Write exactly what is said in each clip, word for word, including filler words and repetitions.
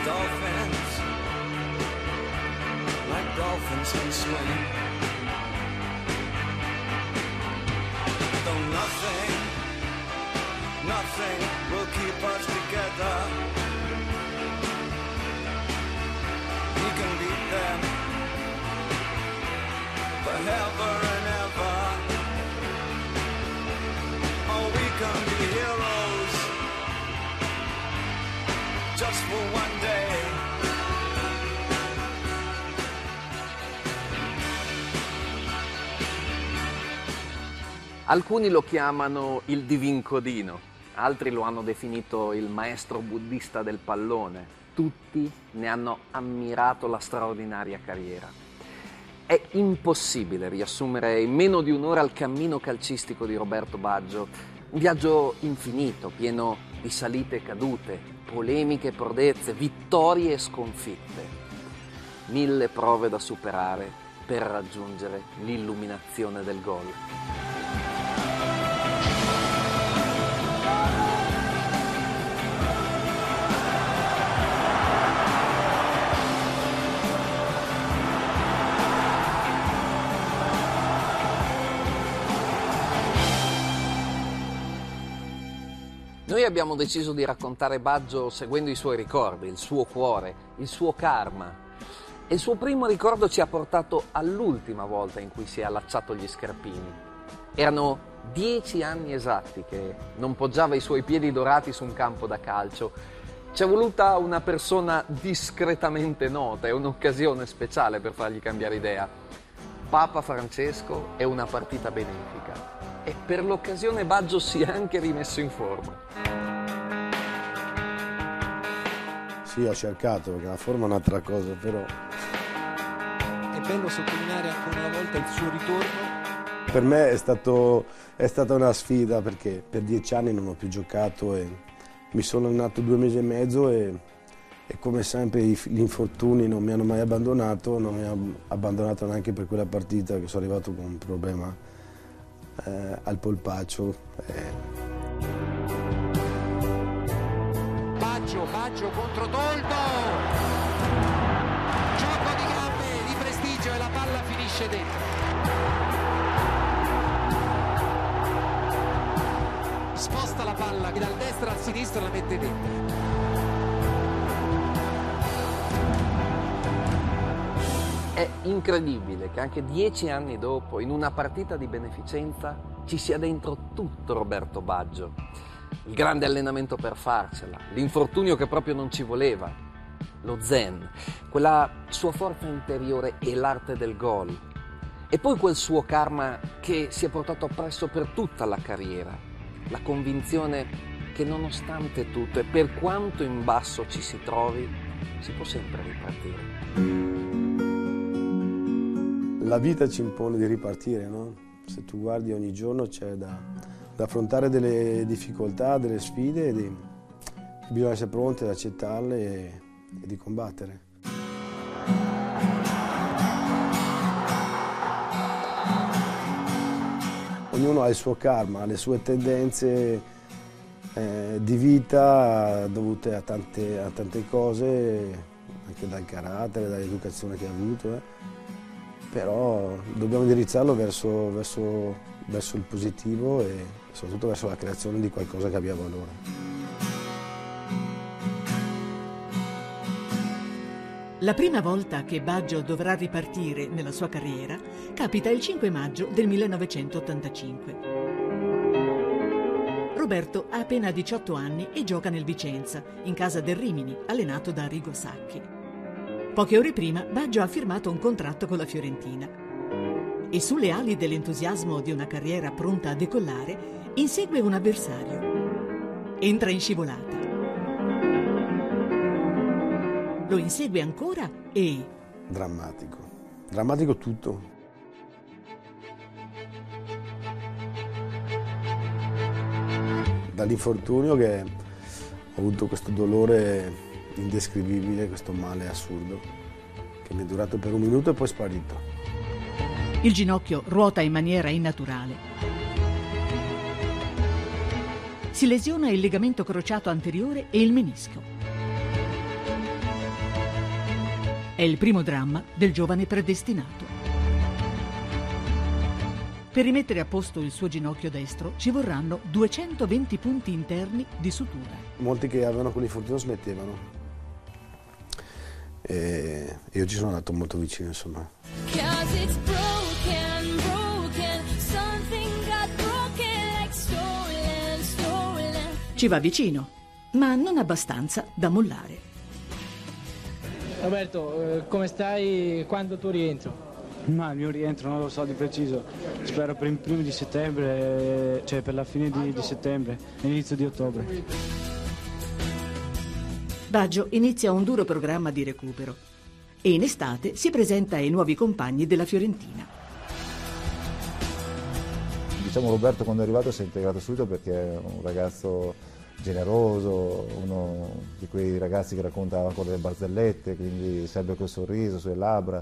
dolphins, like dolphins can swim. Though nothing, nothing will keep us together. We can beat them forever and ever. Oh, we can be heroes just for one day. Alcuni lo chiamano il Divin Codino, altri lo hanno definito il maestro buddista del pallone. Tutti ne hanno ammirato la straordinaria carriera. È impossibile riassumere in meno di un'ora il cammino calcistico di Roberto Baggio. Un viaggio infinito, pieno di salite e cadute, polemiche e prodezze, vittorie e sconfitte. Mille prove da superare per raggiungere l'illuminazione del gol. Noi abbiamo deciso di raccontare Baggio seguendo i suoi ricordi, il suo cuore, il suo karma. E il suo primo ricordo ci ha portato all'ultima volta in cui si è allacciato gli scarpini. Erano dieci anni esatti che non poggiava i suoi piedi dorati su un campo da calcio. Ci è voluta una persona discretamente nota e un'occasione speciale per fargli cambiare idea. Papa Francesco e una partita benefica. E per l'occasione Baggio si è anche rimesso in forma. Sì, ho cercato, perché la forma è un'altra cosa, però... È bello sottolineare ancora una volta il suo ritorno. Per me è, stato, è stata una sfida, perché per dieci anni non ho più giocato e mi sono allenato due mesi e mezzo e, e come sempre gli infortuni non mi hanno mai abbandonato, non mi hanno abbandonato neanche per quella partita, che sono arrivato con un problema Eh, al polpaccio. Eh. Baggio, Baggio contro Toldo. Gioco di gambe, di prestigio e la palla finisce dentro. Sposta la palla dal destra al sinistro e la mette dentro. È incredibile che anche dieci anni dopo, in una partita di beneficenza, ci sia dentro tutto Roberto Baggio. Il grande allenamento per farcela, l'infortunio che proprio non ci voleva, lo zen, quella sua forza interiore e l'arte del gol. E poi quel suo karma che si è portato appresso per tutta la carriera, la convinzione che nonostante tutto e per quanto in basso ci si trovi, si può sempre ripartire. La vita ci impone di ripartire, no? Se tu guardi ogni giorno c'è da, da affrontare delle difficoltà, delle sfide e, di, e bisogna essere pronti ad accettarle e, e di combattere. Ognuno ha il suo karma, ha le sue tendenze eh, di vita dovute a tante, a tante cose, anche dal carattere, dall'educazione che ha avuto. Eh. Però dobbiamo indirizzarlo verso, verso, verso il positivo e soprattutto verso la creazione di qualcosa che abbia valore. La prima volta che Baggio dovrà ripartire nella sua carriera capita il cinque maggio del millenovecentottantacinque. Roberto ha appena diciotto anni e gioca nel Vicenza, in casa del Rimini, allenato da Arrigo Sacchi. Poche ore prima Baggio ha firmato un contratto con la Fiorentina e sulle ali dell'entusiasmo di una carriera pronta a decollare insegue un avversario. Entra in scivolata. Lo insegue ancora e... Drammatico. Drammatico tutto. Dall'infortunio che ho avuto questo dolore indescrivibile, questo male assurdo, che mi è durato per un minuto e poi è sparito. Il ginocchio ruota in maniera innaturale. Si lesiona il legamento crociato anteriore e il menisco. È il primo dramma del giovane predestinato. Per rimettere a posto il suo ginocchio destro ci vorranno duecentoventi punti interni di sutura. Molti che avevano quell'infortunio smettevano. E io ci sono andato molto vicino, insomma. Ci va vicino, ma non abbastanza da mollare. Roberto, eh, come stai? Quando tu rientro? Ma il mio rientro non lo so di preciso, spero per il primo di settembre, cioè per la fine di, di settembre, inizio di ottobre. Baggio inizia un duro programma di recupero e in estate si presenta ai nuovi compagni della Fiorentina. Diciamo Roberto quando è arrivato si è integrato subito perché è un ragazzo generoso, uno di quei ragazzi che raccontava con le barzellette, quindi sempre col sorriso sulle labbra.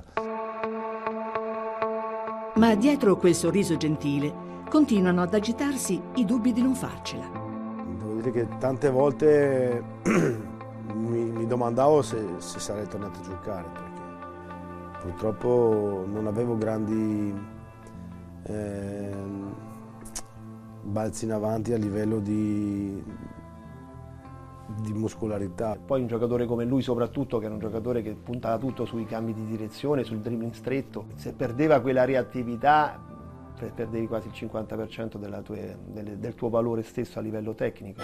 Ma dietro quel sorriso gentile continuano ad agitarsi i dubbi di non farcela. Devo dire che tante volte mi, mi domandavo se, se sarei tornato a giocare, perché purtroppo non avevo grandi eh, balzi in avanti a livello di, di muscolarità. Poi un giocatore come lui soprattutto, che era un giocatore che puntava tutto sui cambi di direzione, sul dribbling stretto, se perdeva quella reattività perdevi quasi il cinquanta per cento della tue, del, del tuo valore stesso a livello tecnico.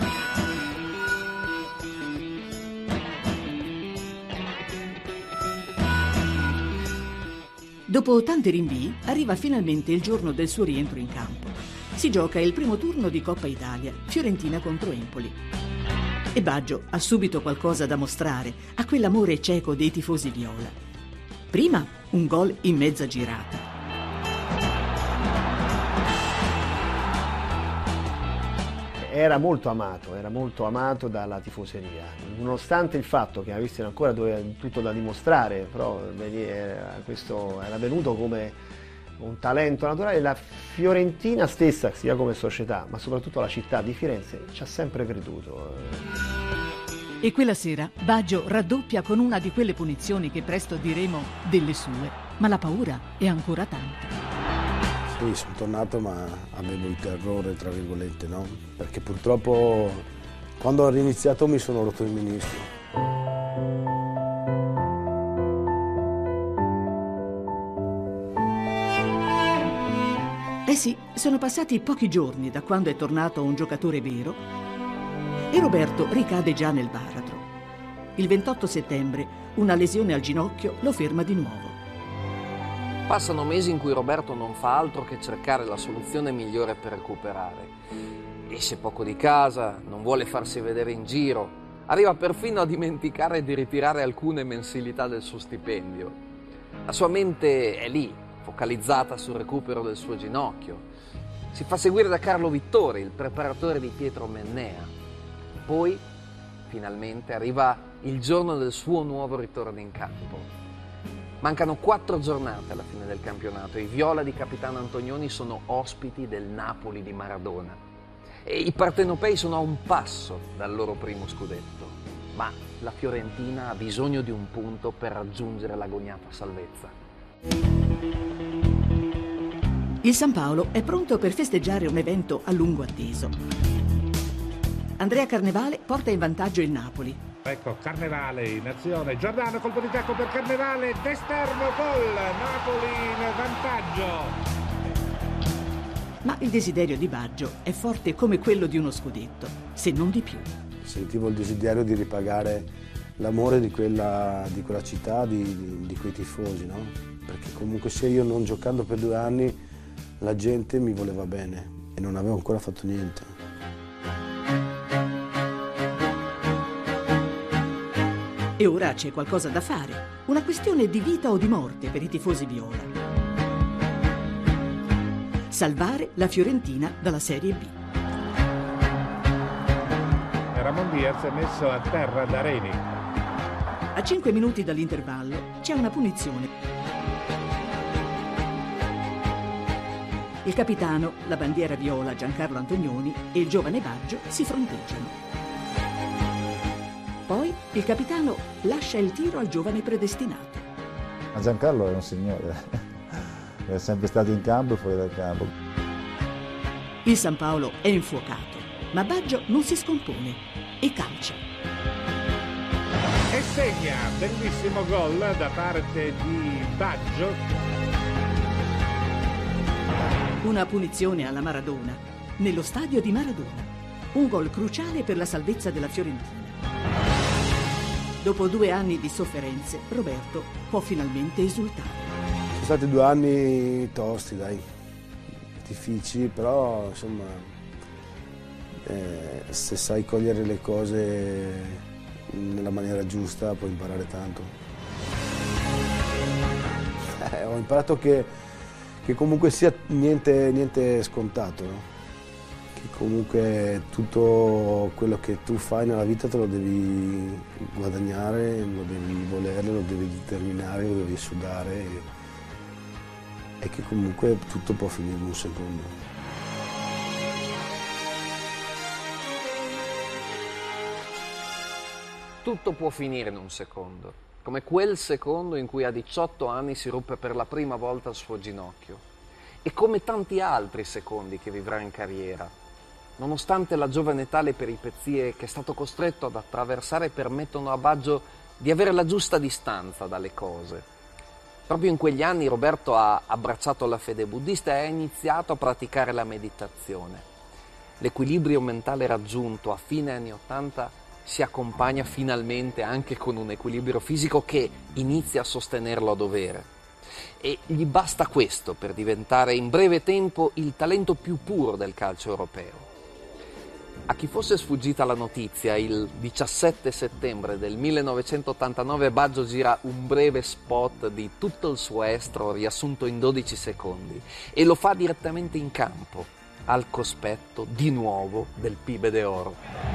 Dopo tanti rinvii arriva finalmente il giorno del suo rientro in campo. Si gioca il primo turno di Coppa Italia, Fiorentina contro Empoli. E Baggio ha subito qualcosa da mostrare a quell'amore cieco dei tifosi viola. Prima un gol in mezza girata. Era molto amato, era molto amato dalla tifoseria, nonostante il fatto che avessero ancora tutto da dimostrare, però era, questo era venuto come un talento naturale. La Fiorentina stessa, sia come società, ma soprattutto la città di Firenze, ci ha sempre creduto. E quella sera Baggio raddoppia con una di quelle punizioni che presto diremo delle sue, ma la paura è ancora tanta. Sì, sono tornato ma avevo il terrore, tra virgolette, no? Perché purtroppo quando ho riniziato mi sono rotto il menisco. Eh sì, sono passati pochi giorni da quando è tornato un giocatore vero e Roberto ricade già nel baratro. Il ventotto settembre una lesione al ginocchio lo ferma di nuovo. Passano mesi in cui Roberto non fa altro che cercare la soluzione migliore per recuperare. Esce poco di casa, non vuole farsi vedere in giro, arriva perfino a dimenticare di ritirare alcune mensilità del suo stipendio. La sua mente è lì, focalizzata sul recupero del suo ginocchio. Si fa seguire da Carlo Vittori, il preparatore di Pietro Mennea. Poi, finalmente, arriva il giorno del suo nuovo ritorno in campo. Mancano quattro giornate alla fine del campionato e i viola di Capitano Antonioni sono ospiti del Napoli di Maradona. E i partenopei sono a un passo dal loro primo scudetto. Ma la Fiorentina ha bisogno di un punto per raggiungere l'agognata salvezza. Il San Paolo è pronto per festeggiare un evento a lungo atteso. Andrea Carnevale porta in vantaggio il Napoli. Ecco Carnevale in azione, Giordano, colpo di tacco per Carnevale, d'esterno, gol, Napoli in vantaggio. Ma il desiderio di Baggio è forte come quello di uno scudetto, se non di più. Sentivo il desiderio di ripagare l'amore di quella, di quella città, di, di, di quei tifosi, no? Perché comunque sia io non giocando per due anni, la gente mi voleva bene e non avevo ancora fatto niente. E ora c'è qualcosa da fare, una questione di vita o di morte per i tifosi viola. Salvare la Fiorentina dalla Serie B. Ramon Diaz è messo a terra da Reni. A cinque minuti dall'intervallo c'è una punizione. Il capitano, la bandiera viola Giancarlo Antonioni e il giovane Baggio si fronteggiano. Poi il capitano lascia il tiro al giovane predestinato. Ma Giancarlo è un signore, è sempre stato in campo e fuori dal campo. Il San Paolo è infuocato, ma Baggio non si scompone e calcia. E segna, bellissimo gol da parte di Baggio. Una punizione alla Maradona, nello stadio di Maradona. Un gol cruciale per la salvezza della Fiorentina. Dopo due anni di sofferenze, Roberto può finalmente esultare. Sono stati due anni tosti, dai, difficili, però insomma, eh, se sai cogliere le cose nella maniera giusta puoi imparare tanto. Eh, ho imparato che, che comunque sia niente, niente scontato, no? Che comunque tutto quello che tu fai nella vita te lo devi guadagnare, lo devi volere, lo devi determinare, lo devi sudare e, e che comunque tutto può finire in un secondo. Tutto può finire in un secondo, come quel secondo in cui a diciotto anni si ruppe per la prima volta il suo ginocchio e come tanti altri secondi che vivrà in carriera. Nonostante la giovane età, le peripezie che è stato costretto ad attraversare permettono a Baggio di avere la giusta distanza dalle cose. Proprio in quegli anni Roberto ha abbracciato la fede buddista e ha iniziato a praticare la meditazione. L'equilibrio mentale raggiunto a fine anni ottanta si accompagna finalmente anche con un equilibrio fisico che inizia a sostenerlo a dovere. E gli basta questo per diventare in breve tempo il talento più puro del calcio europeo. A chi fosse sfuggita la notizia, il diciassette settembre del millenovecentottantanove Baggio gira un breve spot di tutto il suo estro riassunto in dodici secondi e lo fa direttamente in campo, al cospetto di nuovo del Pibe de Oro.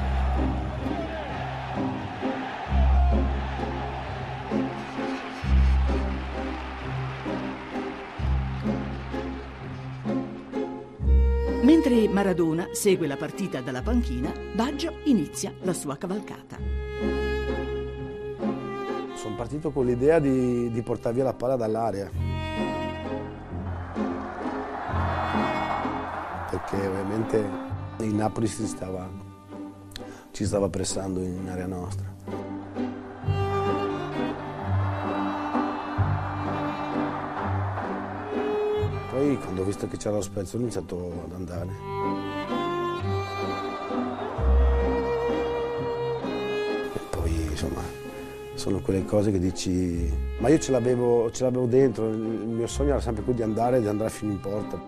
Mentre Maradona segue la partita dalla panchina, Baggio inizia la sua cavalcata. Sono partito con l'idea di, di portare via la palla dall'area. Perché ovviamente il Napoli si stava, ci stava pressando in area nostra. Poi quando ho visto che c'era lo spezzo ho iniziato ad andare. E poi insomma sono quelle cose che dici, ma io ce l'avevo, ce l'avevo dentro, il mio sogno era sempre quello di andare, di andare fino in porta.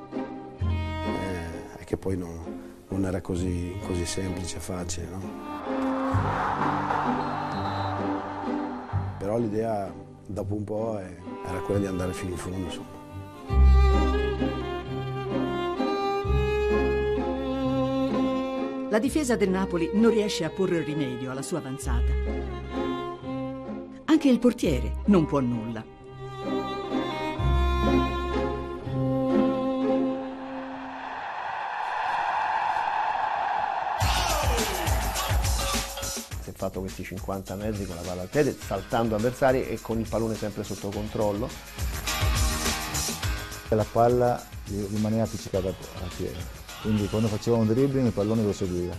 E che poi no, non era così, così semplice e facile, no? Però l'idea dopo un po' è, era quella di andare fino in fondo, insomma. La difesa del Napoli non riesce a porre rimedio alla sua avanzata. Anche il portiere non può nulla. Si è fatto questi cinquanta metri con la palla al piede, saltando avversari e con il pallone sempre sotto controllo. La palla rimaneva appiccicata al piede. Quindi quando faceva un dribbling il pallone lo seguiva.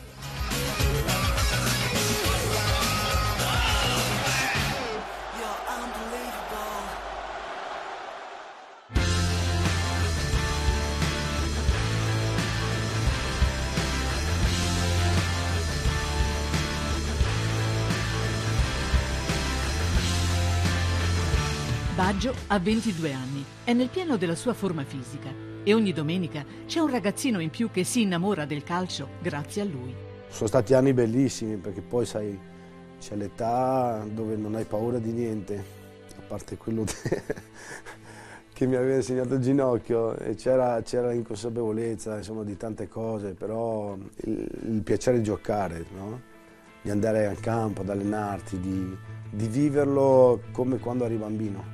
Baggio ha ventidue anni, è nel pieno della sua forma fisica. E ogni domenica c'è un ragazzino in più che si innamora del calcio grazie a lui. Sono stati anni bellissimi perché poi sai, c'è l'età dove non hai paura di niente, a parte quello che mi aveva insegnato il ginocchio e c'era, c'era l'inconsapevolezza insomma, di tante cose, però il, il piacere di giocare, no? Di andare al campo, ad allenarti, di, di viverlo come quando eri bambino.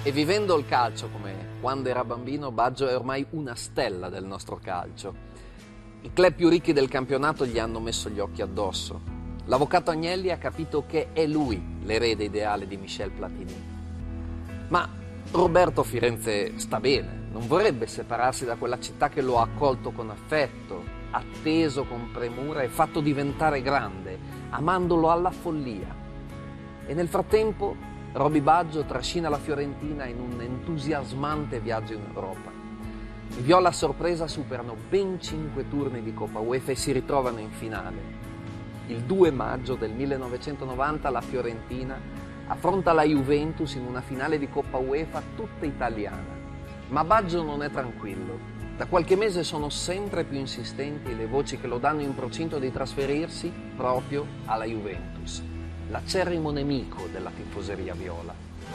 E vivendo il calcio come quando era bambino, Baggio è ormai una stella del nostro calcio. I club più ricchi del campionato gli hanno messo gli occhi addosso. L'avvocato Agnelli ha capito che è lui l'erede ideale di Michel Platini. Ma Roberto a Firenze sta bene, non vorrebbe separarsi da quella città che lo ha accolto con affetto, atteso con premura e fatto diventare grande, amandolo alla follia. E nel frattempo Roby Baggio trascina la Fiorentina in un entusiasmante viaggio in Europa. I viola a sorpresa superano ben cinque turni di Coppa UEFA e si ritrovano in finale. Il due maggio del millenovecentonovanta la Fiorentina affronta la Juventus in una finale di Coppa UEFA tutta italiana. Ma Baggio non è tranquillo. Da qualche mese sono sempre più insistenti le voci che lo danno in procinto di trasferirsi proprio alla Juventus, l'acerrimo nemico della tifoseria viola.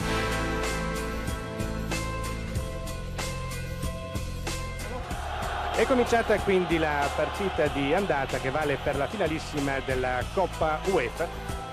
È cominciata quindi la partita di andata che vale per la finalissima della Coppa UEFA.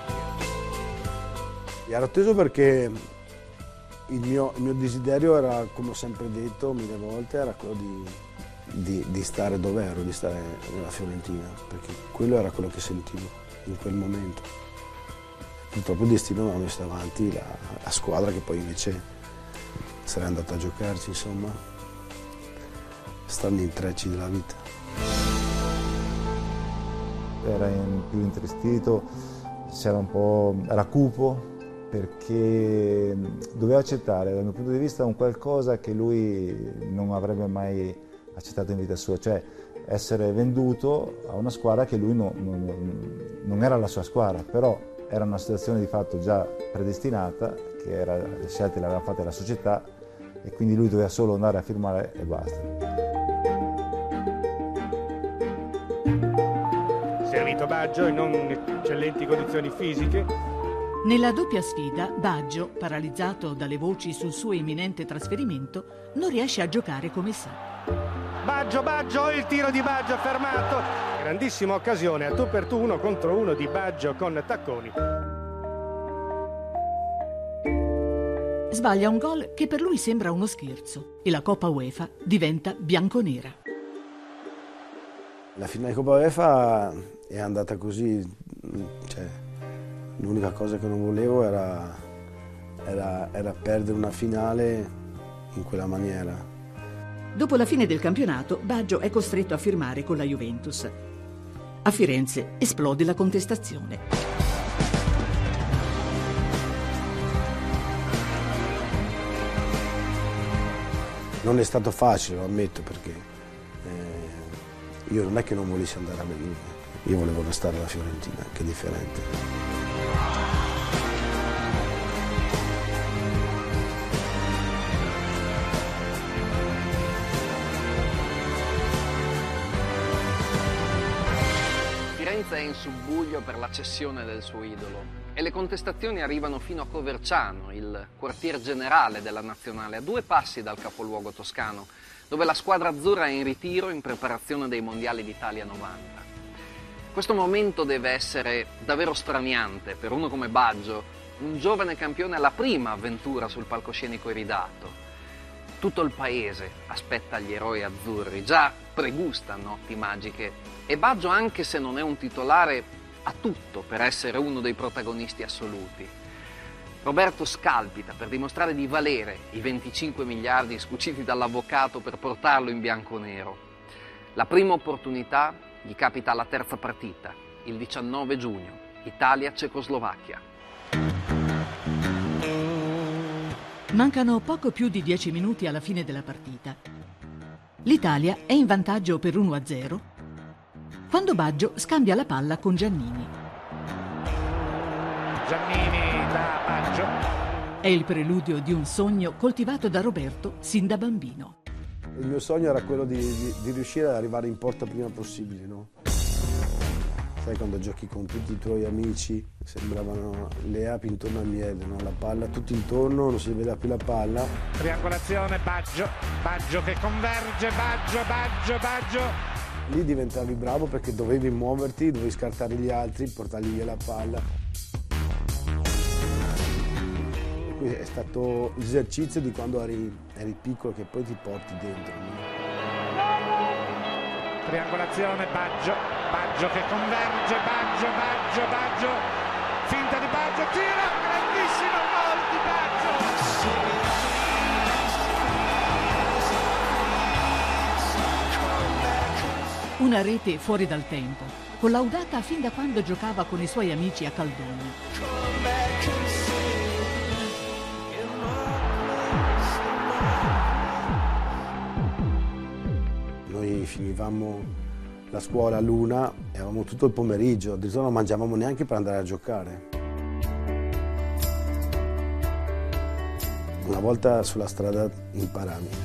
Ero atteso perché il mio, il mio desiderio era, come ho sempre detto mille volte, era quello di, di, di stare dove ero, di stare nella Fiorentina, perché quello era quello che sentivo in quel momento. Purtroppo il destino mi ha messo davanti la, la squadra che poi invece sarei andato a giocarci, insomma, strani intrecci della vita. Era in, più intristito, c'era un po', era cupo, perché doveva accettare dal mio punto di vista un qualcosa che lui non avrebbe mai accettato in vita sua, cioè essere venduto a una squadra che lui non, non, non era la sua squadra, però era una situazione di fatto già predestinata, che era, le scelte le aveva fatte la società e quindi lui doveva solo andare a firmare e basta. Servito Baggio in non eccellenti condizioni fisiche. Nella doppia sfida, Baggio, paralizzato dalle voci sul suo imminente trasferimento, non riesce a giocare come sa. Baggio, Baggio, il tiro di Baggio fermato. Grandissima occasione a tu per tu, uno contro uno di Baggio con Tacconi. Sbaglia un gol che per lui sembra uno scherzo e la Coppa UEFA diventa bianconera. La finale di Coppa UEFA è andata così, cioè, l'unica cosa che non volevo era, era, era perdere una finale in quella maniera. Dopo la fine del campionato, Baggio è costretto a firmare con la Juventus. A Firenze esplode la contestazione. Non è stato facile, lo ammetto, perché eh, io non è che non volessi andare alla Juve, io volevo restare alla Fiorentina, che è differente. È in subbuglio per la cessione del suo idolo e le contestazioni arrivano fino a Coverciano, il quartier generale della nazionale, a due passi dal capoluogo toscano, dove la squadra azzurra è in ritiro in preparazione dei mondiali d'Italia novanta. Questo momento deve essere davvero straniante per uno come Baggio, un giovane campione alla prima avventura sul palcoscenico iridato. Tutto il paese aspetta gli eroi azzurri, già pregusta notti magiche, e Baggio, anche se non è un titolare, ha tutto per essere uno dei protagonisti assoluti. Roberto scalpita per dimostrare di valere i venticinque miliardi scuciti dall'avvocato per portarlo in bianconero. La prima opportunità gli capita alla terza partita, il diciannove giugno, Italia-Cecoslovacchia. Mancano poco più di dieci minuti alla fine della partita. L'Italia è in vantaggio per uno a zero quando Baggio scambia la palla con Giannini. Giannini da Baggio. È il preludio di un sogno coltivato da Roberto sin da bambino. Il mio sogno era quello di, di, di riuscire ad arrivare in porta prima possibile, no? Sai, quando giochi con tutti i tuoi amici, sembravano le api intorno al miele, no? La palla tutti intorno, non si vedeva più la palla. Triangolazione, Baggio, Baggio che converge, Baggio, Baggio, Baggio. Lì diventavi bravo perché dovevi muoverti, dovevi scartare gli altri, portargli via la palla. è stato l'esercizio di quando eri, eri piccolo che poi ti porti dentro. Triangolazione, Baggio, Baggio che converge, Baggio, Baggio, Baggio, finta di Baggio, tira, grandissimo gol di Baggio! Una rete fuori dal tempo, collaudata fin da quando giocava con i suoi amici a Caldogno. Noi finivamo la scuola a l'una e avevamo tutto il pomeriggio, addirittura non mangiavamo neanche per andare a giocare. Una volta sulla strada imparavi.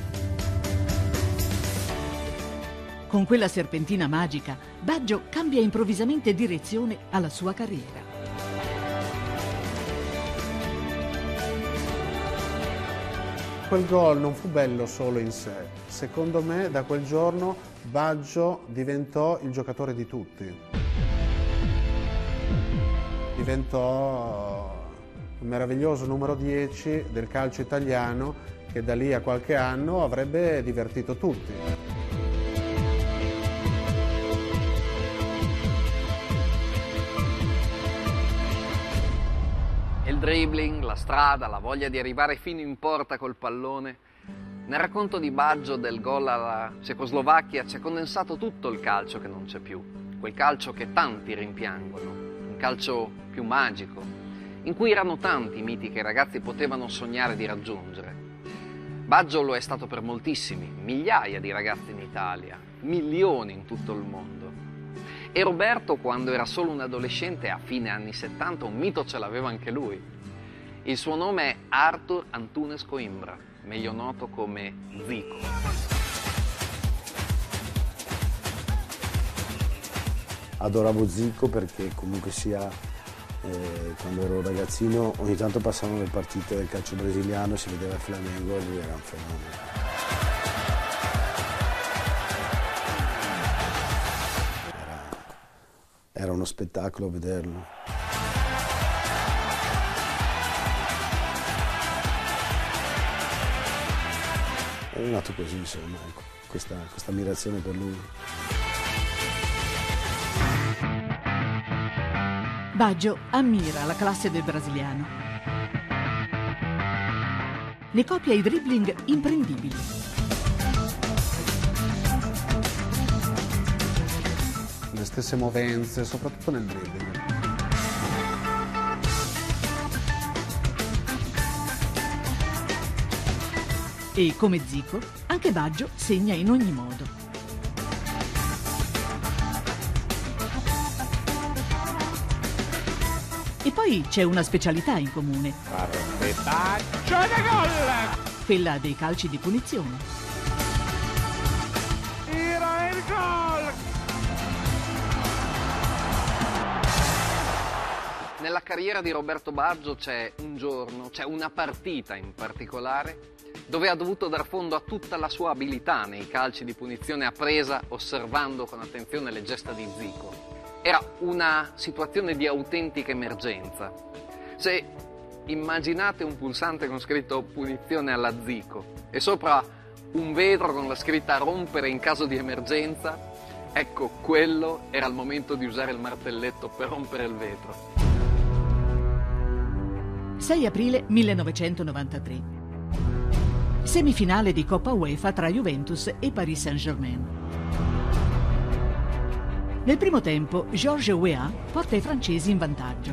Con quella serpentina magica, Baggio cambia improvvisamente direzione alla sua carriera. Quel gol non fu bello solo in sé. Secondo me, da quel giorno Baggio diventò il giocatore di tutti. Diventò il meraviglioso numero dieci del calcio italiano che da lì a qualche anno avrebbe divertito tutti. Il dribbling, la strada, la voglia di arrivare fino in porta col pallone. Nel racconto di Baggio del gol alla Cecoslovacchia c'è condensato tutto il calcio che non c'è più, quel calcio che tanti rimpiangono, un calcio più magico, in cui erano tanti i miti che i ragazzi potevano sognare di raggiungere. Baggio lo è stato per moltissimi, migliaia di ragazzi in Italia, milioni in tutto il mondo. E Roberto, quando era solo un adolescente a fine anni settanta, un mito ce l'aveva anche lui. Il suo nome è Arthur Antunes Coimbra, meglio noto come Zico. Adoravo Zico perché comunque sia, eh, quando ero ragazzino, ogni tanto passavano le partite del calcio brasiliano, si vedeva il Flamengo e lui era un fenomeno. Era uno spettacolo vederlo. È nato così, insomma, ecco, questa, questa ammirazione per lui. Baggio ammira la classe del brasiliano. Ne copia i dribbling imprendibili. Le stesse movenze, soprattutto nel dribbling. E come Zico, anche Baggio segna in ogni modo. E poi c'è una specialità in comune. Baggio da gol! Quella dei calci di punizione. Tira il gol! Nella carriera di Roberto Baggio c'è un giorno, c'è una partita in particolare dove ha dovuto dar fondo a tutta la sua abilità nei calci di punizione appresa osservando con attenzione le gesta di Zico. Era una situazione di autentica emergenza. Se immaginate un pulsante con scritto punizione alla Zico e sopra un vetro con la scritta rompere in caso di emergenza, ecco, quello era il momento di usare il martelletto per rompere il vetro. sei aprile millenovecentonovantatré. Semifinale di Coppa UEFA tra Juventus e Paris Saint-Germain. Nel primo tempo, Georges Weah porta i francesi in vantaggio.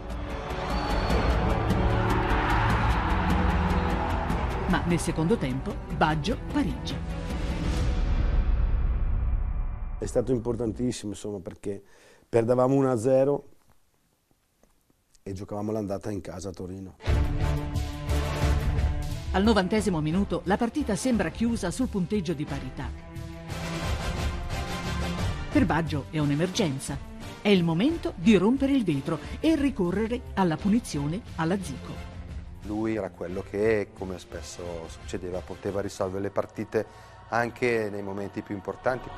Ma nel secondo tempo, Baggio pareggia. È stato importantissimo, insomma, perché perdevamo uno a zero e giocavamo l'andata in casa a Torino. Al novantesimo minuto la partita sembra chiusa sul punteggio di parità. Per Baggio è un'emergenza. È il momento di rompere il vetro e ricorrere alla punizione alla Zico. Lui era quello che, come spesso succedeva, poteva risolvere le partite anche nei momenti più importanti.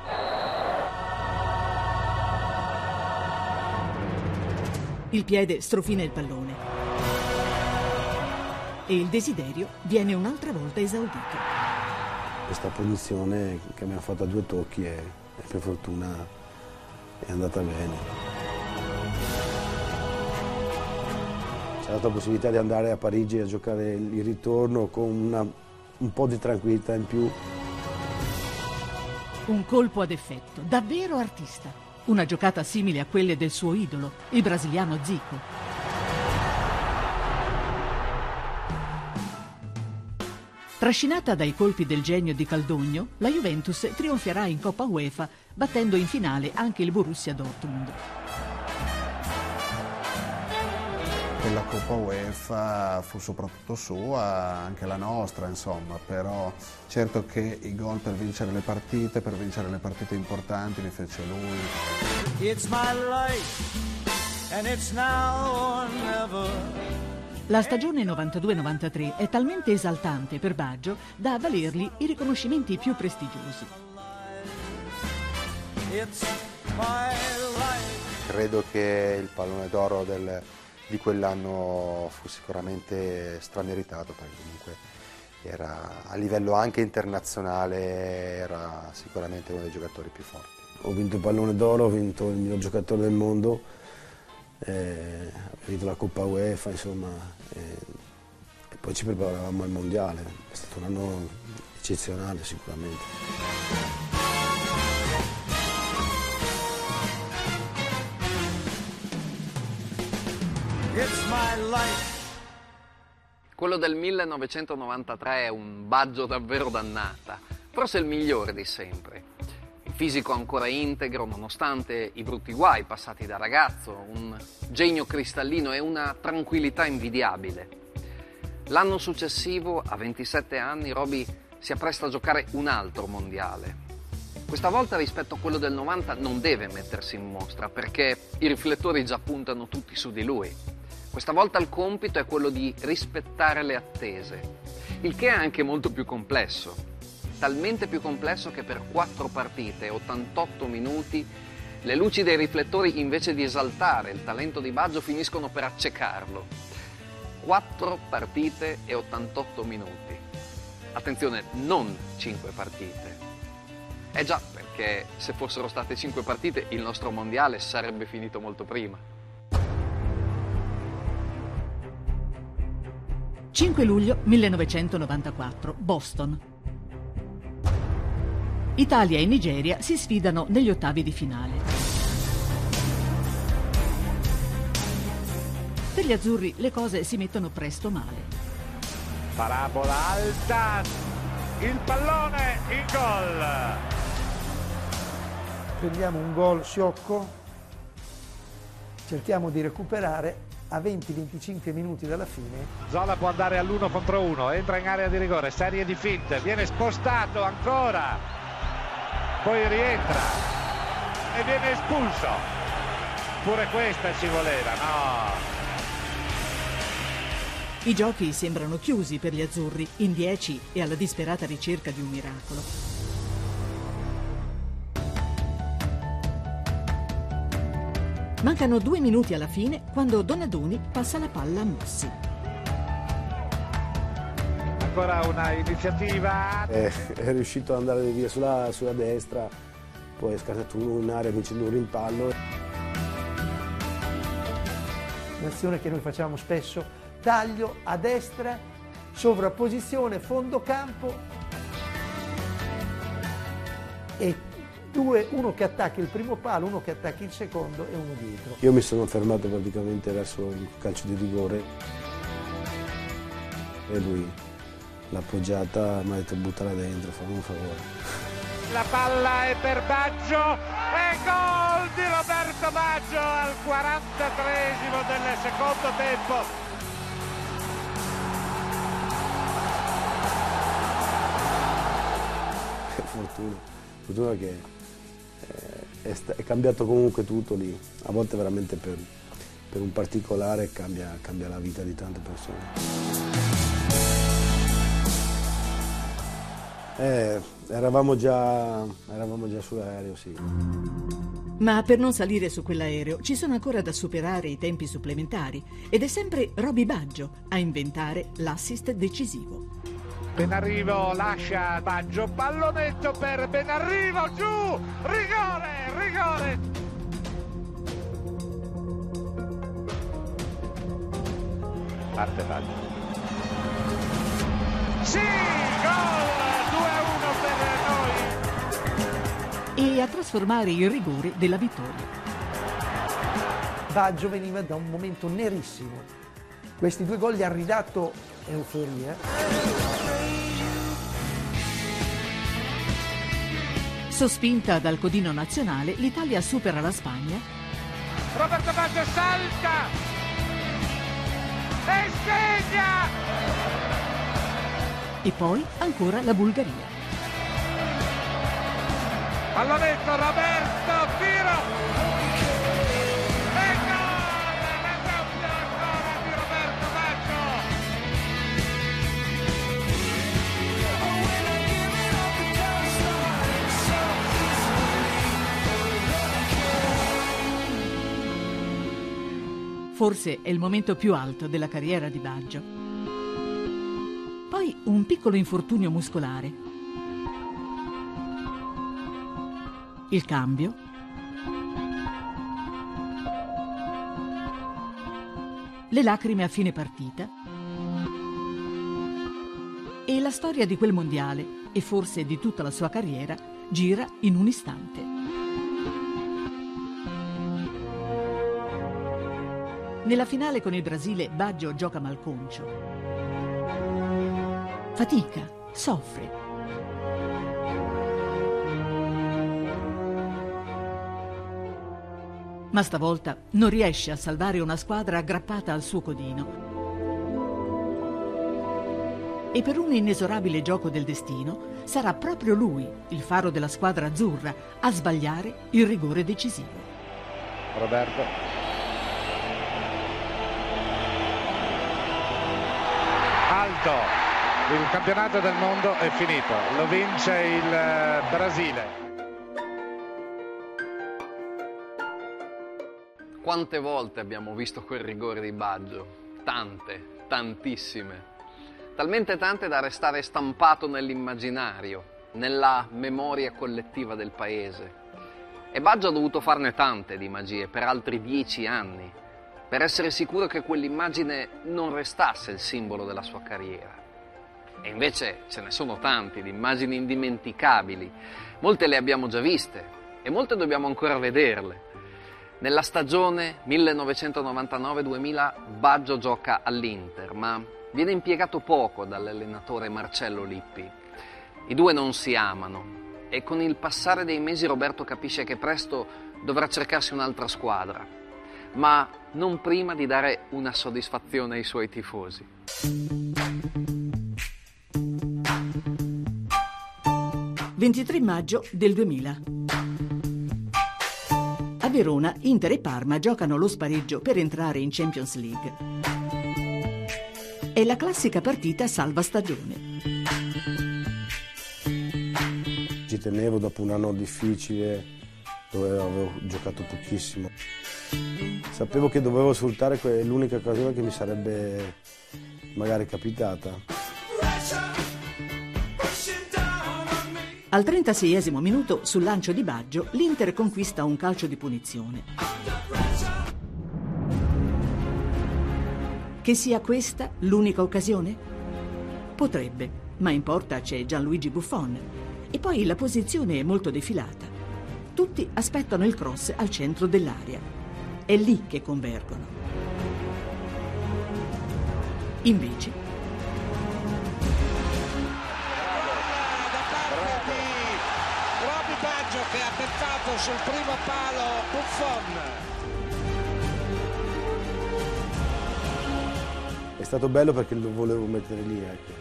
Il piede strofina il pallone. e il desiderio viene un'altra volta esaudito. Questa punizione che mi ha fatto a due tocchi e, e per fortuna è andata bene. C'è stata la possibilità di andare a Parigi a giocare il ritorno con una, un po' di tranquillità in più. Un colpo ad effetto, davvero artista. Una giocata simile a quelle del suo idolo, il brasiliano Zico. Trascinata dai colpi del genio di Caldogno, la Juventus trionferà in Coppa UEFA, battendo in finale anche il Borussia Dortmund. Quella Coppa UEFA fu soprattutto sua, anche la nostra, insomma, però certo che i gol per vincere le partite, per vincere le partite importanti li fece lui. It's my life and it's now or never. La stagione novantadue novantatré è talmente esaltante per Baggio da valergli i riconoscimenti più prestigiosi. It's my life. Credo che il pallone d'oro del di quell'anno fu sicuramente strameritato, perché comunque era a livello anche internazionale, era sicuramente uno dei giocatori più forti. Ho vinto il pallone d'oro, ho vinto il miglior giocatore del mondo, eh, ho vinto la Coppa UEFA, insomma, eh, e poi ci preparavamo al mondiale. È stato un anno eccezionale sicuramente. It's my life. Quello del millenovecentonovantatré è un Baggio davvero dannata, forse il migliore di sempre. Il fisico ancora integro nonostante i brutti guai passati da ragazzo, un genio cristallino e una tranquillità invidiabile. L'anno successivo, a ventisette anni, Roby si appresta a giocare un altro mondiale. Questa volta rispetto a quello del novanta non deve mettersi in mostra perché i riflettori già puntano tutti su di lui. Questa volta il compito è quello di rispettare le attese, il che è anche molto più complesso, talmente più complesso che per quattro partite e ottantotto minuti le luci dei riflettori invece di esaltare il talento di Baggio finiscono per accecarlo. Quattro partite e ottantotto minuti. Attenzione, non cinque partite. Eh già, perché se fossero state cinque partite il nostro mondiale sarebbe finito molto prima. cinque luglio millenovecentonovantaquattro, Boston. Italia e Nigeria si sfidano negli ottavi di finale. Per gli azzurri le cose si mettono presto male. Parabola alta, il pallone in gol. Prendiamo un gol sciocco, cerchiamo di recuperare. A venti venticinque minuti dalla fine Zola può andare all'uno contro uno, entra in area di rigore, serie di finte, viene spostato ancora, poi rientra e viene espulso. Pure questa ci voleva, no? I giochi sembrano chiusi per gli azzurri, in dieci e alla disperata ricerca di un miracolo. Mancano due minuti alla fine quando Donadoni passa la palla a Mossi. Ancora una iniziativa. È, è riuscito ad andare via sulla, sulla destra, poi è scattato uno in area vincendo un rimpallo. Un'azione che noi facciamo spesso, taglio a destra, sovrapposizione, fondo campo e due, uno che attacca il primo palo, uno che attacca il secondo e uno dietro. Io mi sono fermato praticamente verso il calcio di rigore e lui l'ha appoggiata, mi ha detto buttala dentro, fammi un favore. La palla è per Baggio e gol di Roberto Baggio al quarantatreesimo del secondo tempo. Fortuna, fortuna che È, è cambiato comunque tutto lì, a volte veramente per, per un particolare cambia, cambia la vita di tante persone. Eh, eravamo già, eravamo già sull'aereo, sì. Ma per non salire su quell'aereo ci sono ancora da superare i tempi supplementari ed è sempre Roby Baggio a inventare l'assist decisivo. Benarrivo lascia Baggio, pallonetto per Benarrivo, giù, rigore, rigore. Parte Baggio. Sì, gol, due a uno per noi. E a trasformare il rigore della vittoria. Baggio veniva da un momento nerissimo. Questi due gol gli hanno ridato euforia. Sospinta dal codino nazionale, l'Italia supera la Spagna. Roberto Baggio salta e segna! E poi ancora la Bulgaria. Pallonetto, Roberto, tiro! E gol! La doppia ancora di Roberto Baggio! Forse è il momento più alto della carriera di Baggio. Poi un piccolo infortunio muscolare. Il cambio. Le lacrime a fine partita. E la storia di quel mondiale, e forse di tutta la sua carriera, gira in un istante. Nella finale con il Brasile, Baggio gioca malconcio. Fatica, soffre. Ma stavolta non riesce a salvare una squadra aggrappata al suo codino. E per un inesorabile gioco del destino sarà proprio lui, il faro della squadra azzurra, a sbagliare il rigore decisivo. Roberto. Alto. Il campionato del mondo è finito. Lo vince il Brasile. Quante volte abbiamo visto quel rigore di Baggio? Tante, tantissime. Talmente tante da restare stampato nell'immaginario, nella memoria collettiva del paese. E Baggio ha dovuto farne tante di magie, per altri dieci anni, per essere sicuro che quell'immagine non restasse il simbolo della sua carriera. E invece ce ne sono tanti, di immagini indimenticabili. Molte le abbiamo già viste e molte dobbiamo ancora vederle. Nella stagione millenovecentonovantanove duemila Baggio gioca all'Inter, ma viene impiegato poco dall'allenatore Marcello Lippi. I due non si amano e con il passare dei mesi Roberto capisce che presto dovrà cercarsi un'altra squadra, ma non prima di dare una soddisfazione ai suoi tifosi. ventitré maggio del duemila. A Verona, Inter e Parma giocano lo spareggio per entrare in Champions League. È la classica partita salva stagione. Ci tenevo dopo un anno difficile dove avevo giocato pochissimo. Sapevo che dovevo sfruttare l'unica occasione che mi sarebbe magari capitata. Al trentaseiesimo minuto, sul lancio di Baggio, l'Inter conquista un calcio di punizione. Che sia questa l'unica occasione? Potrebbe, ma in porta c'è Gianluigi Buffon. E poi la posizione è molto defilata. Tutti aspettano il cross al centro dell'area. È lì che convergono. Invece... che ha tentato sul primo palo Buffon. È stato bello perché lo volevo mettere lì, ecco.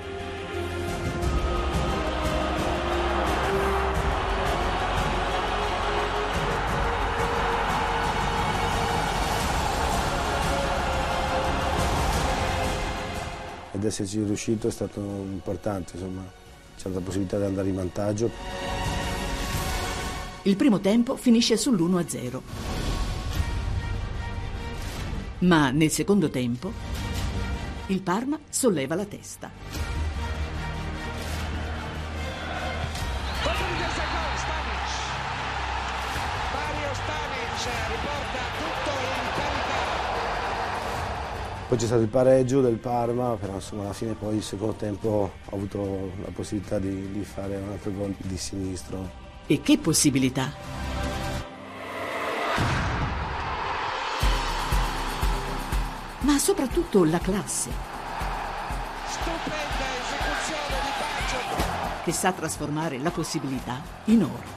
Ed esserci riuscito è stato importante, insomma, c'è la possibilità di andare in vantaggio. Il primo tempo finisce sull'uno a zero. Ma nel secondo tempo il Parma solleva la testa. Colpo di testa e gol, Stanic. Mario Stanic riporta tutto in parità. Poi c'è stato il pareggio del Parma, però insomma alla fine poi il secondo tempo ho avuto la possibilità di, di fare un altro gol di sinistro. E che possibilità! Ma soprattutto la classe. Stupenda esecuzione di Baggio. Che sa trasformare la possibilità in oro.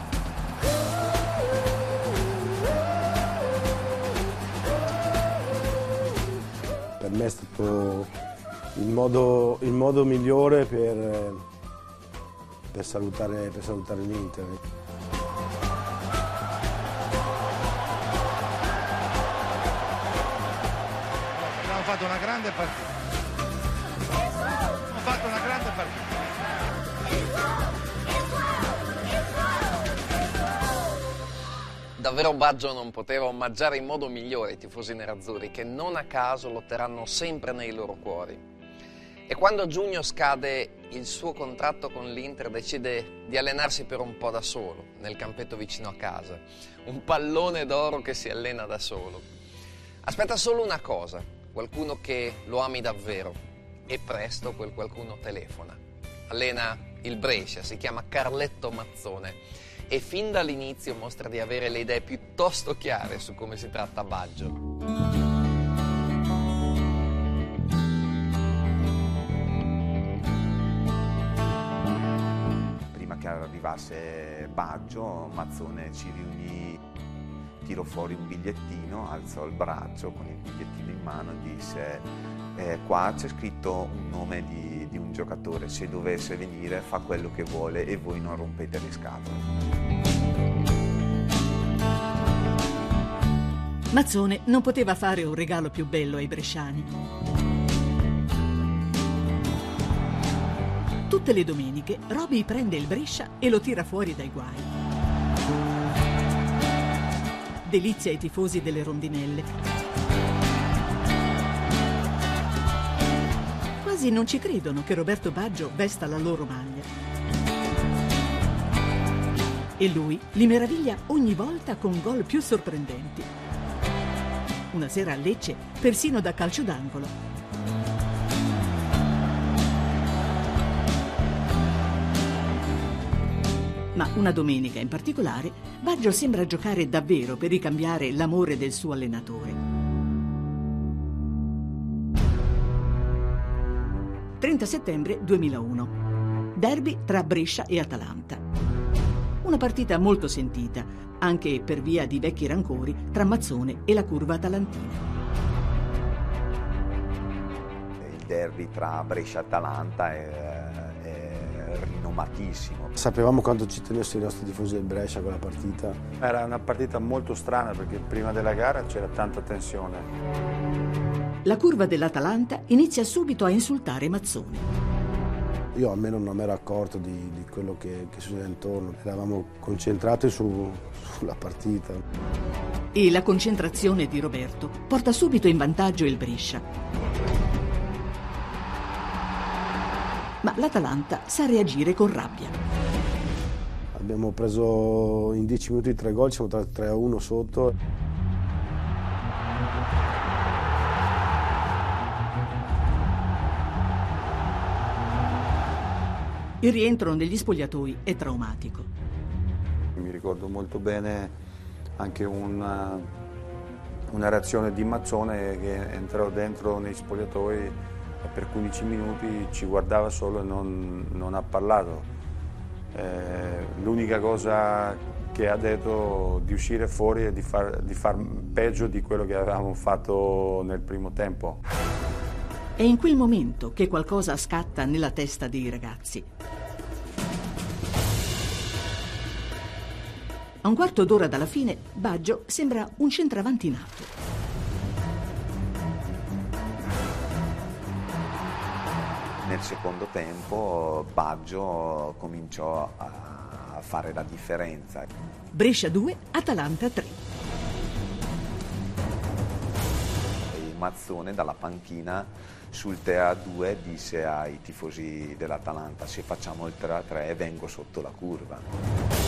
Per me è stato il modo, il modo migliore per, per salutare, per salutare l'Inter. Abbiamo fatto una grande partita. Abbiamo fatto una grande partita. Davvero Baggio non poteva omaggiare in modo migliore i tifosi nerazzurri, che non a caso lotteranno sempre nei loro cuori. E quando a giugno scade il suo contratto con l'Inter, decide di allenarsi per un po' da solo, nel campetto vicino a casa. Un pallone d'oro che si allena da solo. Aspetta solo una cosa, qualcuno che lo ami davvero, e presto quel qualcuno telefona. Allena il Brescia, si chiama Carletto Mazzone, e fin dall'inizio mostra di avere le idee piuttosto chiare su come si tratta Baggio. Prima che arrivasse Baggio, Mazzone ci riunì, tirò fuori un bigliettino, alzò il braccio con il bigliettino in mano e disse: eh, qua c'è scritto un nome di, di un giocatore, se dovesse venire fa quello che vuole e voi non rompete le scatole. Mazzone non poteva fare un regalo più bello ai bresciani. Tutte le domeniche Roby prende il Brescia e lo tira fuori dai guai. Delizia ai tifosi delle rondinelle. Quasi non ci credono che Roberto Baggio vesta la loro maglia. E lui li meraviglia ogni volta con gol più sorprendenti. Una sera a Lecce, persino da calcio d'angolo. Ma una domenica in particolare, Baggio sembra giocare davvero per ricambiare l'amore del suo allenatore. trenta settembre duemilauno. Derby tra Brescia e Atalanta. Una partita molto sentita, anche per via di vecchi rancori tra Mazzone e la curva atalantina. Il derby tra Brescia e Atalanta è, è rinomatissimo. Sapevamo quanto ci tenessero i nostri tifosi del Brescia a quella partita. Era una partita molto strana perché prima della gara c'era tanta tensione. La curva dell'Atalanta inizia subito a insultare Mazzone. Io almeno non mi ero accorto di, di quello che, che succedeva intorno, eravamo concentrati su, sulla partita. E la concentrazione di Roberto porta subito in vantaggio il Brescia. Ma l'Atalanta sa reagire con rabbia. Abbiamo preso in dieci minuti tre gol, siamo stati tre a uno sotto. Il rientro negli spogliatoi è traumatico. Mi ricordo molto bene anche una, una reazione di Mazzone che entrò dentro nei spogliatoi e per quindici minuti ci guardava solo e non, non ha parlato. Eh, l'unica cosa che ha detto di uscire fuori e di far, di far peggio di quello che avevamo fatto nel primo tempo. È in quel momento che qualcosa scatta nella testa dei ragazzi. A un quarto d'ora dalla fine, Baggio sembra un centravanti nato. Nel secondo tempo Baggio cominciò a fare la differenza. Brescia due, Atalanta tre. E Mazzone dalla panchina sul tre a due disse ai tifosi dell'Atalanta: se facciamo il tre a tre vengo sotto la curva.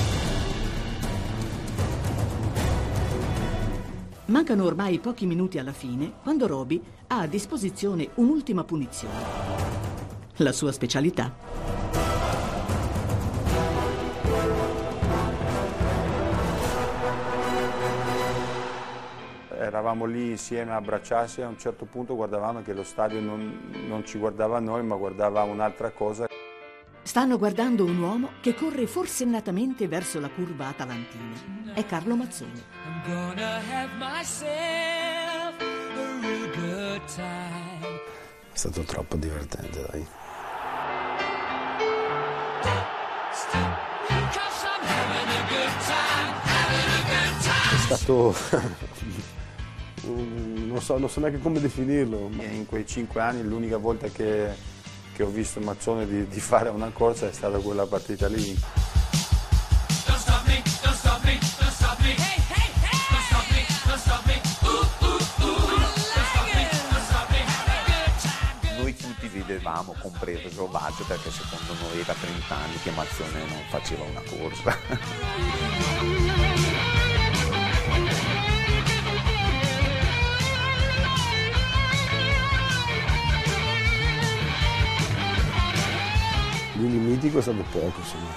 Mancano ormai pochi minuti alla fine quando Roby ha a disposizione un'ultima punizione. La sua specialità. Eravamo lì insieme a abbracciarsi e a un certo punto guardavamo che lo stadio non, non ci guardava a noi ma guardava un'altra cosa. Stanno guardando un uomo che corre forsennatamente verso la curva atalantina. È Carlo Mazzone. È stato troppo divertente, dai. È stato... non so, non so neanche come definirlo. In quei cinque anni l'unica volta che... che ho visto Mazzone di, di fare una corsa è stata quella partita lì. Noi tutti ridevamo, compreso Baggio, perché secondo noi era trenta anni che Mazzone non faceva una corsa. Quindi mitico è stato poco, insomma.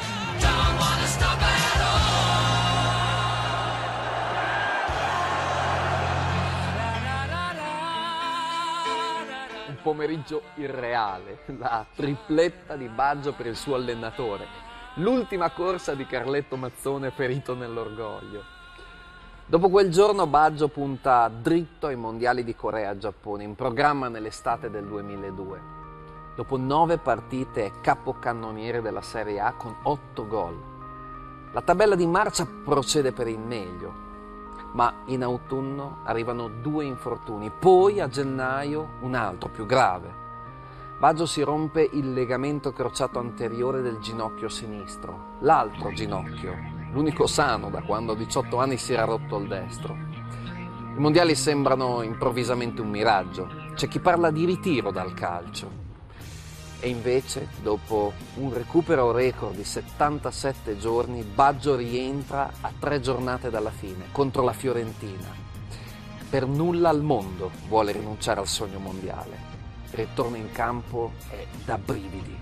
Un pomeriggio irreale, la tripletta di Baggio per il suo allenatore, l'ultima corsa di Carletto Mazzone ferito nell'orgoglio. Dopo quel giorno Baggio punta dritto ai mondiali di Corea e Giappone, in programma nell'estate del duemiladue. Dopo nove partite è capocannoniere della Serie A con otto gol. La tabella di marcia procede per il meglio, ma in autunno arrivano due infortuni, poi a gennaio un altro più grave. Baggio si rompe il legamento crociato anteriore del ginocchio sinistro, l'altro ginocchio, l'unico sano da quando a diciotto anni si era rotto il destro. I mondiali sembrano improvvisamente un miraggio, c'è chi parla di ritiro dal calcio. E invece, dopo un recupero record di settantasette giorni, Baggio rientra a tre giornate dalla fine, contro la Fiorentina. Per nulla al mondo vuole rinunciare al sogno mondiale. Il ritorno in campo è da brividi.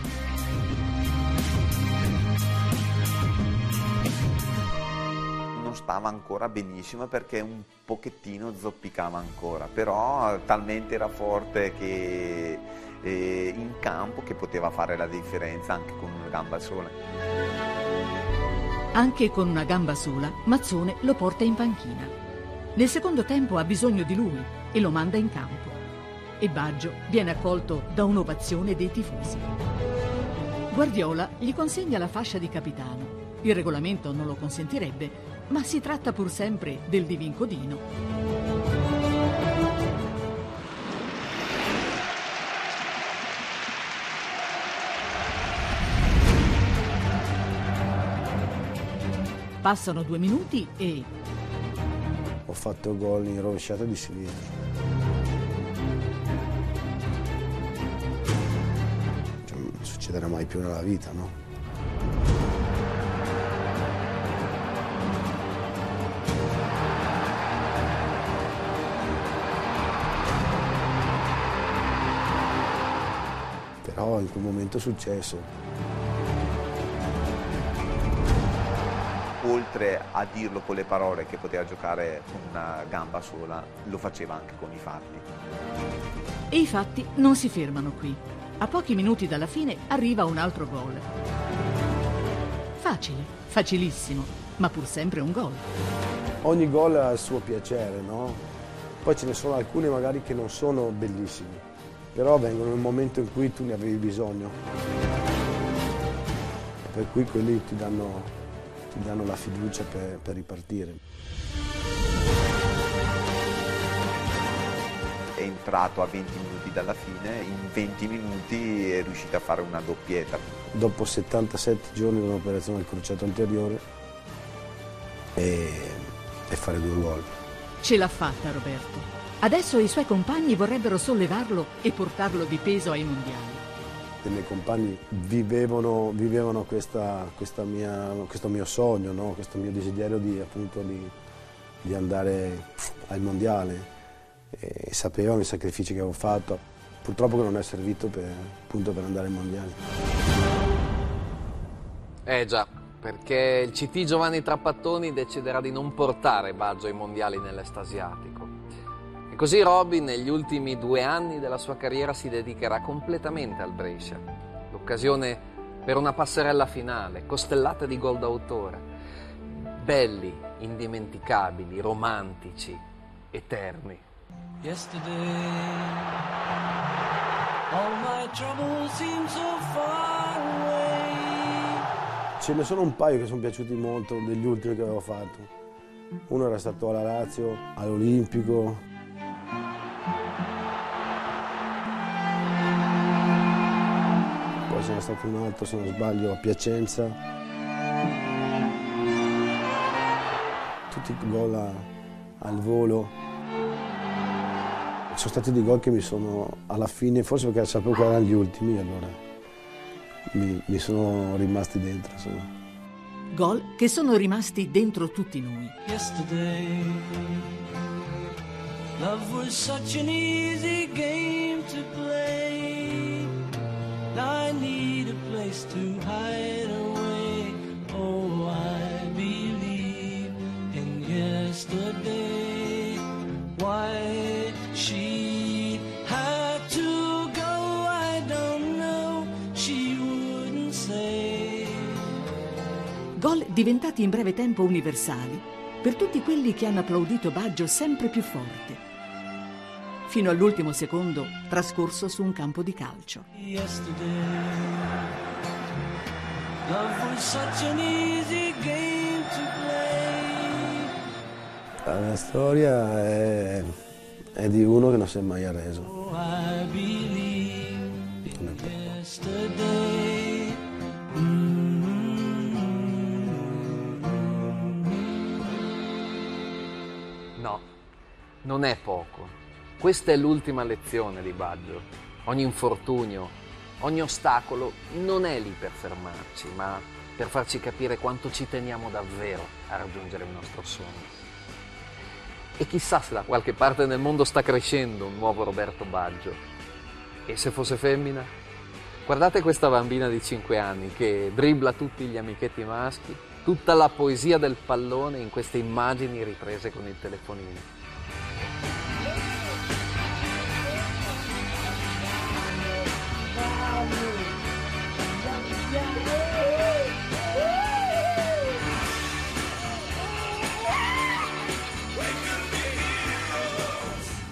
Non stava ancora benissimo perché un pochettino zoppicava ancora, però talmente era forte che... in campo che poteva fare la differenza anche con una gamba sola. Anche con una gamba sola, Mazzone lo porta in panchina. Nel secondo tempo ha bisogno di lui e lo manda in campo. E Baggio viene accolto da un'ovazione dei tifosi. Guardiola gli consegna la fascia di capitano. Il regolamento non lo consentirebbe, ma si tratta pur sempre del divin codino. Passano due minuti e... Ho fatto gol in rovesciata di sinistra. Cioè, non succederà mai più nella vita, no? Però in quel momento è successo. Oltre a dirlo con le parole che poteva giocare con una gamba sola, lo faceva anche con i fatti. E i fatti non si fermano qui. A pochi minuti dalla fine arriva un altro gol. Facile, facilissimo, ma pur sempre un gol. Ogni gol ha il suo piacere, no? Poi ce ne sono alcuni magari che non sono bellissimi, però vengono nel momento in cui tu ne avevi bisogno. Per cui quelli ti danno... ti danno la fiducia per, per ripartire. È entrato a venti minuti dalla fine, in venti minuti è riuscita a fare una doppietta. Dopo settantasette giorni di un'operazione al crociato anteriore e, e fare due gol. Ce l'ha fatta Roberto. Adesso i suoi compagni vorrebbero sollevarlo e portarlo di peso ai mondiali. I miei compagni vivevano, vivevano questa, questa mia, questo mio sogno, no? Questo mio desiderio di, appunto, di, di andare al mondiale e sapevano i sacrifici che avevo fatto. Purtroppo che non è servito per, appunto, per andare ai mondiali. Eh già, perché il C T Giovanni Trapattoni deciderà di non portare Baggio ai mondiali nell'est asiatico. E così Robin negli ultimi due anni della sua carriera si dedicherà completamente al Brescia. L'occasione per una passerella finale, costellata di gol d'autore. Belli, indimenticabili, romantici, eterni. Yesterday, all my troubles seem so far away. Ce ne sono un paio che sono piaciuti molto degli ultimi che avevo fatto. Uno era stato alla Lazio, all'Olimpico. Poi ce n'è stato un altro, se non sbaglio, a Piacenza. Tutti gol a, al volo. Sono stati dei gol che mi sono, alla fine, forse perché sapevo che erano gli ultimi, allora mi, mi sono rimasti dentro. Insomma. Gol che sono rimasti dentro tutti noi. Yesterday, love was such an easy game to play. I need a place to hide away. Oh, I believe in yesterday. Why she had to go, I don't know. She wouldn't say. Gol diventati in breve tempo universali per tutti quelli che hanno applaudito Baggio sempre più forte, fino all'ultimo secondo trascorso su un campo di calcio. Yesterday, love was such an easy game to play. La mia storia è, è di uno che non si è mai arreso. Oh, I believe in yesterday. No, non è poco. Questa è l'ultima lezione di Baggio. Ogni infortunio, ogni ostacolo non è lì per fermarci, ma per farci capire quanto ci teniamo davvero a raggiungere il nostro sogno. E chissà se da qualche parte nel mondo sta crescendo un nuovo Roberto Baggio. E se fosse femmina? Guardate questa bambina di cinque anni che dribbla tutti gli amichetti maschi, tutta la poesia del pallone in queste immagini riprese con il telefonino.